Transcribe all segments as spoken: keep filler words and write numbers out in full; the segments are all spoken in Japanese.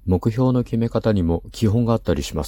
目標の決め方にも基本があったりします。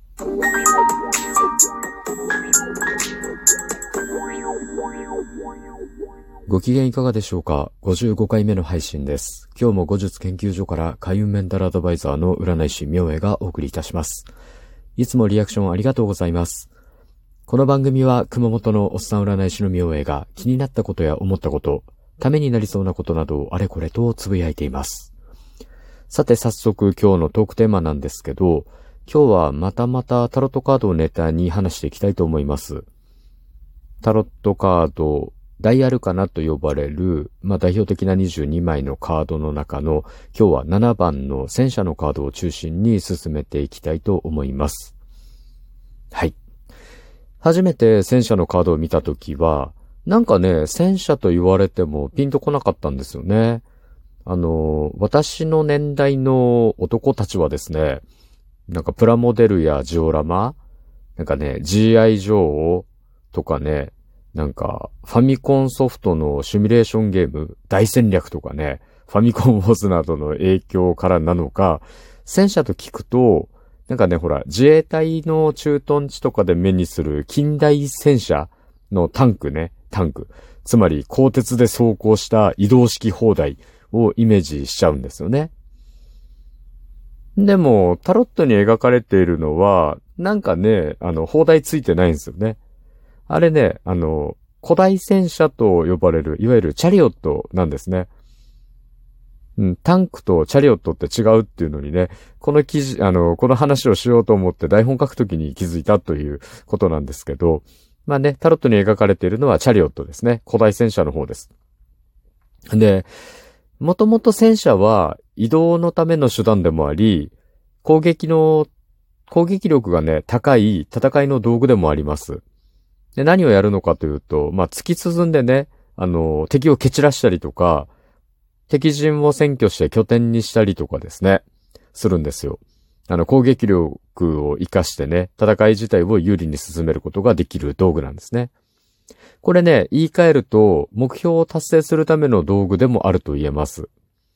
ご機嫌いかがでしょうか。ごじゅうごかいめの配信です。今日も語術研究所から開運メンタルアドバイザーの占い師明恵がお送りいたします。いつもリアクションありがとうございます。この番組は熊本のおっさん占い師の明恵が気になったことや思ったこと、ためになりそうなことなどをあれこれとつぶやいています。さて早速今日のトークテーマなんですけど、今日はまたまたタロットカードをネタに話していきたいと思います。タロットカード、大アルカナと呼ばれる、まあ代表的なにじゅうにまいのカードの中の今日はななばんの戦車のカードを中心に進めていきたいと思います。はい。初めて戦車のカードを見たときは、なんかね、戦車と言われてもピンとこなかったんですよね。あの、私の年代の男たちはですね、なんかプラモデルやジオラマ、なんかね、ジーアイ ジョーとかね、なんかファミコンソフトのシミュレーションゲーム、大戦略とかね、ファミコンウォーズなどの影響からなのか、戦車と聞くと、なんかね、ほら、自衛隊の駐屯地とかで目にする近代戦車のタンクね、タンク。つまり、鋼鉄で走行した移動式砲台をイメージしちゃうんですよね。でも、タロットに描かれているのは、なんかね、あの、砲台ついてないんですよね。あれね、あの、古代戦車と呼ばれる、いわゆるチャリオットなんですね。うん、タンクとチャリオットって違うっていうのにね、この記事、あの、この話をしようと思って台本書くときに気づいたということなんですけど、まあね、タロットに描かれているのはチャリオットですね。古代戦車の方です。で、もともと戦車は移動のための手段でもあり、攻撃の、攻撃力がね、高い戦いの道具でもあります。で、何をやるのかというと、まあ、突き進んでね、あの、敵を蹴散らしたりとか、敵陣を占拠して拠点にしたりとかですね、するんですよ。あの、攻撃力を活かしてね、戦い自体を有利に進めることができる道具なんですね。これね、言い換えると、目標を達成するための道具でもあると言えます。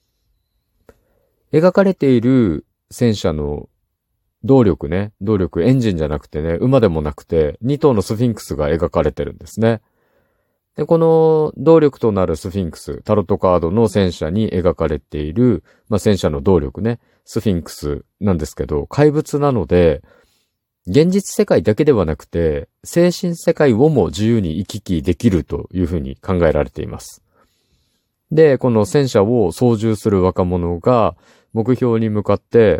描かれている戦車の動力ね、動力エンジンじゃなくてね、馬でもなくて、に頭のスフィンクスが描かれてるんですね。で、この動力となるスフィンクス、タロットカードの戦車に描かれている、まあ、戦車の動力ね、スフィンクスなんですけど、怪物なので、現実世界だけではなくて、精神世界をも自由に行き来できるというふうに考えられています。で、この戦車を操縦する若者が、目標に向かって、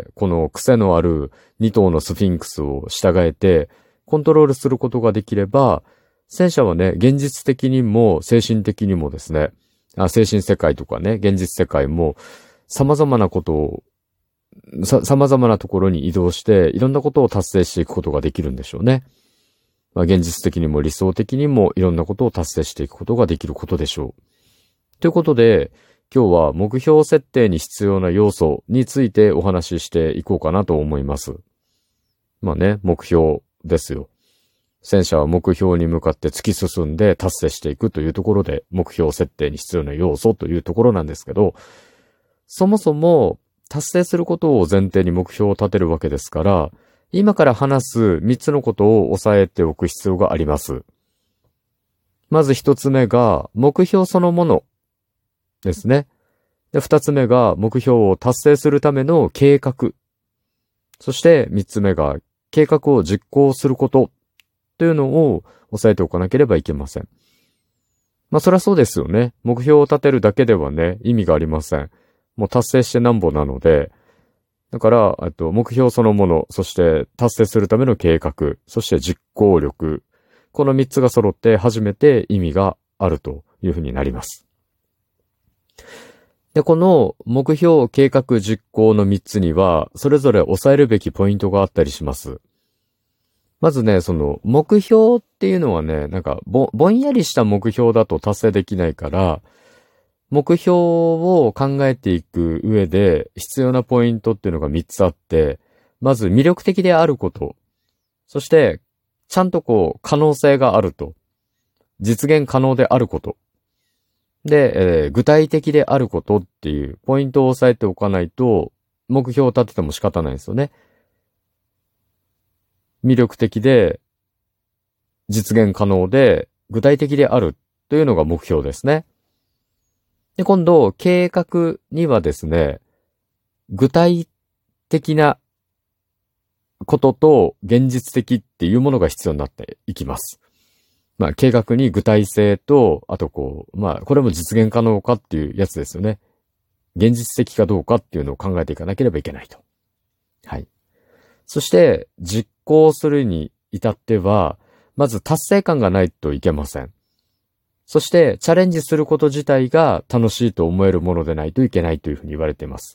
この癖のあるに頭のスフィンクスを従えて、コントロールすることができれば、戦車はね、現実的にも精神的にもですね、あ精神世界とかね、現実世界も様々なことを、さ、様々なところに移動して、いろんなことを達成していくことができるんでしょうね。まあ、現実的にも理想的にもいろんなことを達成していくことができることでしょう。ということで、今日は目標設定に必要な要素についてお話ししていこうかなと思います。まあね、目標ですよ。戦車は目標に向かって突き進んで達成していくというところで、目標設定に必要な要素というところなんですけど、そもそも達成することを前提に目標を立てるわけですから、今から話すみっつのことを押さえておく必要があります。まずひとつめが目標そのものですね。で、ふたつめが目標を達成するための計画。そしてみっつめが計画を実行することというのを押さえておかなければいけません。まあそりゃそうですよね。目標を立てるだけではね、意味がありません。もう達成してなんぼなので、だから、えっと、目標そのもの、そして達成するための計画、そして実行力。このみっつが揃って初めて意味があるというふうになります。で、この目標、計画、実行のみっつには、それぞれ押さえるべきポイントがあったりします。まずね、その、目標っていうのはね、なんかぼ、ぼんやりした目標だと達成できないから、目標を考えていく上で必要なポイントっていうのがみっつあって、まず魅力的であること。そして、ちゃんとこう、可能性があると。実現可能であること。で、えー、具体的であることっていうポイントを押さえておかないと、 目標を立てても仕方ないんですよね。魅力的で、実現可能で、具体的であるというのが目標ですね。で、今度、計画にはですね、具体的なことと現実的っていうものが必要になっていきます。まあ、計画に具体性と、あとこう、まあ、これも実現可能かっていうやつですよね。現実的かどうかっていうのを考えていかなければいけないと。はい。そして、実行するに至っては、まず達成感がないといけません。そして、チャレンジすること自体が楽しいと思えるものでないといけないというふうに言われています。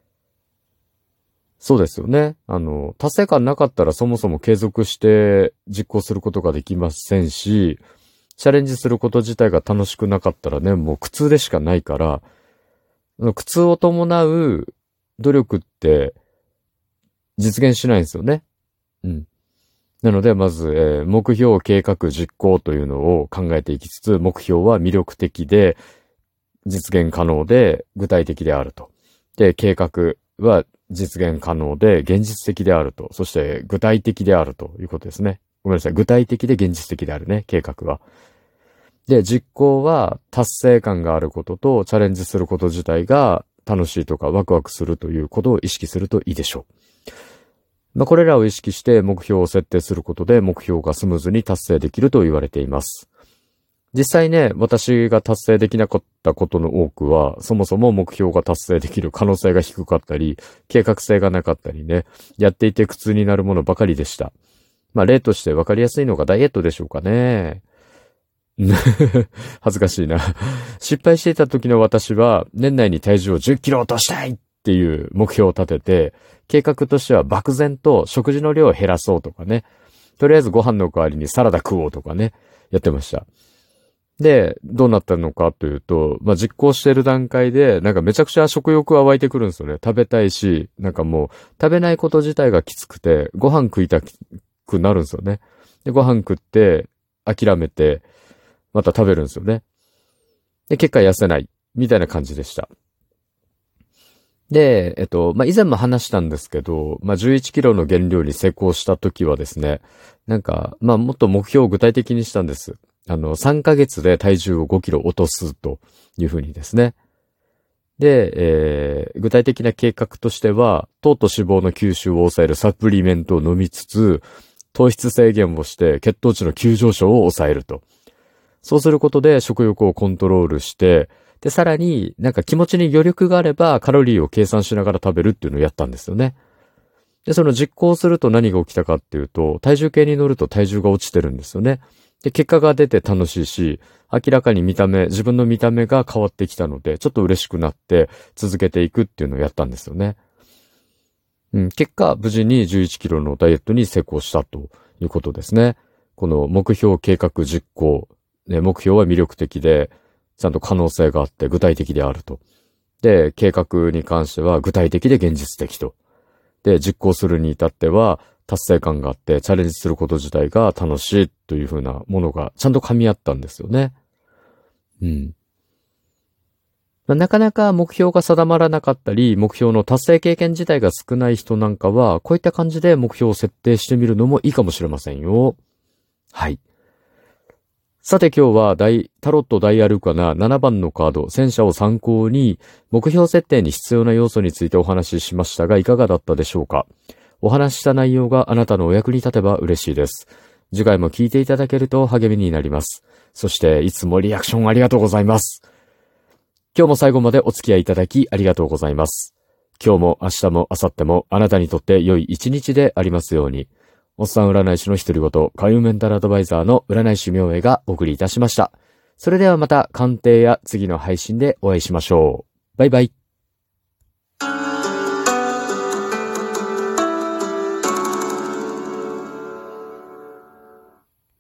そうですよね。あの、達成感なかったらそもそも継続して実行することができませんし、チャレンジすること自体が楽しくなかったらね、もう苦痛でしかないから、苦痛を伴う努力って実現しないんですよね。うん。なので、まず、えー、目標、計画、実行というのを考えていきつつ、目標は魅力的で、実現可能で、具体的であると。で、計画は実現可能で、現実的であると。そして、具体的であるということですね。ごめんなさい。具体的で現実的であるね、計画は。で、実行は達成感があることと、チャレンジすること自体が楽しいとかワクワクするということを意識するといいでしょう。まあ、これらを意識して目標を設定することで目標がスムーズに達成できると言われています。実際ね、私が達成できなかったことの多くは、そもそも目標が達成できる可能性が低かったり、計画性がなかったりね、やっていて苦痛になるものばかりでした。まあ、例として分かりやすいのがダイエットでしょうかね。恥ずかしいな。失敗していた時の私は、年内に体重をじゅっキロ落としたいっていう目標を立てて、計画としては漠然と食事の量を減らそうとかね。とりあえずご飯の代わりにサラダ食おうとかね。やってました。で、どうなったのかというと、まあ、実行している段階で、なんかめちゃくちゃ食欲は湧いてくるんですよね。食べたいし、なんかもう、食べないこと自体がきつくて、ご飯食いたくなるんですよね。で、ご飯食って、諦めて、また食べるんですよね。で、結果痩せない。みたいな感じでした。で、えっと、まあ、以前も話したんですけど、まあ、じゅういちキロの減量に成功した時はですね、なんか、まあ、もっと目標を具体的にしたんです。あの、さんかげつで体重をごキロ落とすというふうにですね。で、えー、具体的な計画としては、糖と脂肪の吸収を抑えるサプリメントを飲みつつ、糖質制限をして血糖値の急上昇を抑えると。そうすることで食欲をコントロールして、で、さらになんか気持ちに余力があればカロリーを計算しながら食べるっていうのをやったんですよね。で、その実行すると何が起きたかっていうと、体重計に乗ると体重が落ちてるんですよね。で、結果が出て楽しいし、明らかに見た目、自分の見た目が変わってきたので、ちょっと嬉しくなって続けていくっていうのをやったんですよね。うん、結果、無事にじゅういちキロのダイエットに成功したということですね。この目標計画実行、ね、目標は魅力的で、ちゃんと可能性があって具体的であると。で、計画に関しては具体的で現実的と。で、実行するに至っては達成感があってチャレンジすること自体が楽しいというふうなものがちゃんと噛み合ったんですよね。うん。まあ、なかなか目標が定まらなかったり、目標の達成経験自体が少ない人なんかは、こういった感じで目標を設定してみるのもいいかもしれませんよ。はい。さて今日は大タロット大アルカナななばんのカード戦車を参考に目標設定に必要な要素についてお話ししましたがいかがだったでしょうか。お話しした内容があなたのお役に立てば嬉しいです。次回も聞いていただけると励みになります。そしていつもリアクションありがとうございます。今日も最後までお付き合いいただきありがとうございます。今日も明日も明後日もあなたにとって良い一日でありますように。おっさん占い師の独り言、開運メンタルアドバイザーの占い師明恵がお送りいたしました。それではまた鑑定や次の配信でお会いしましょう。バイバイ。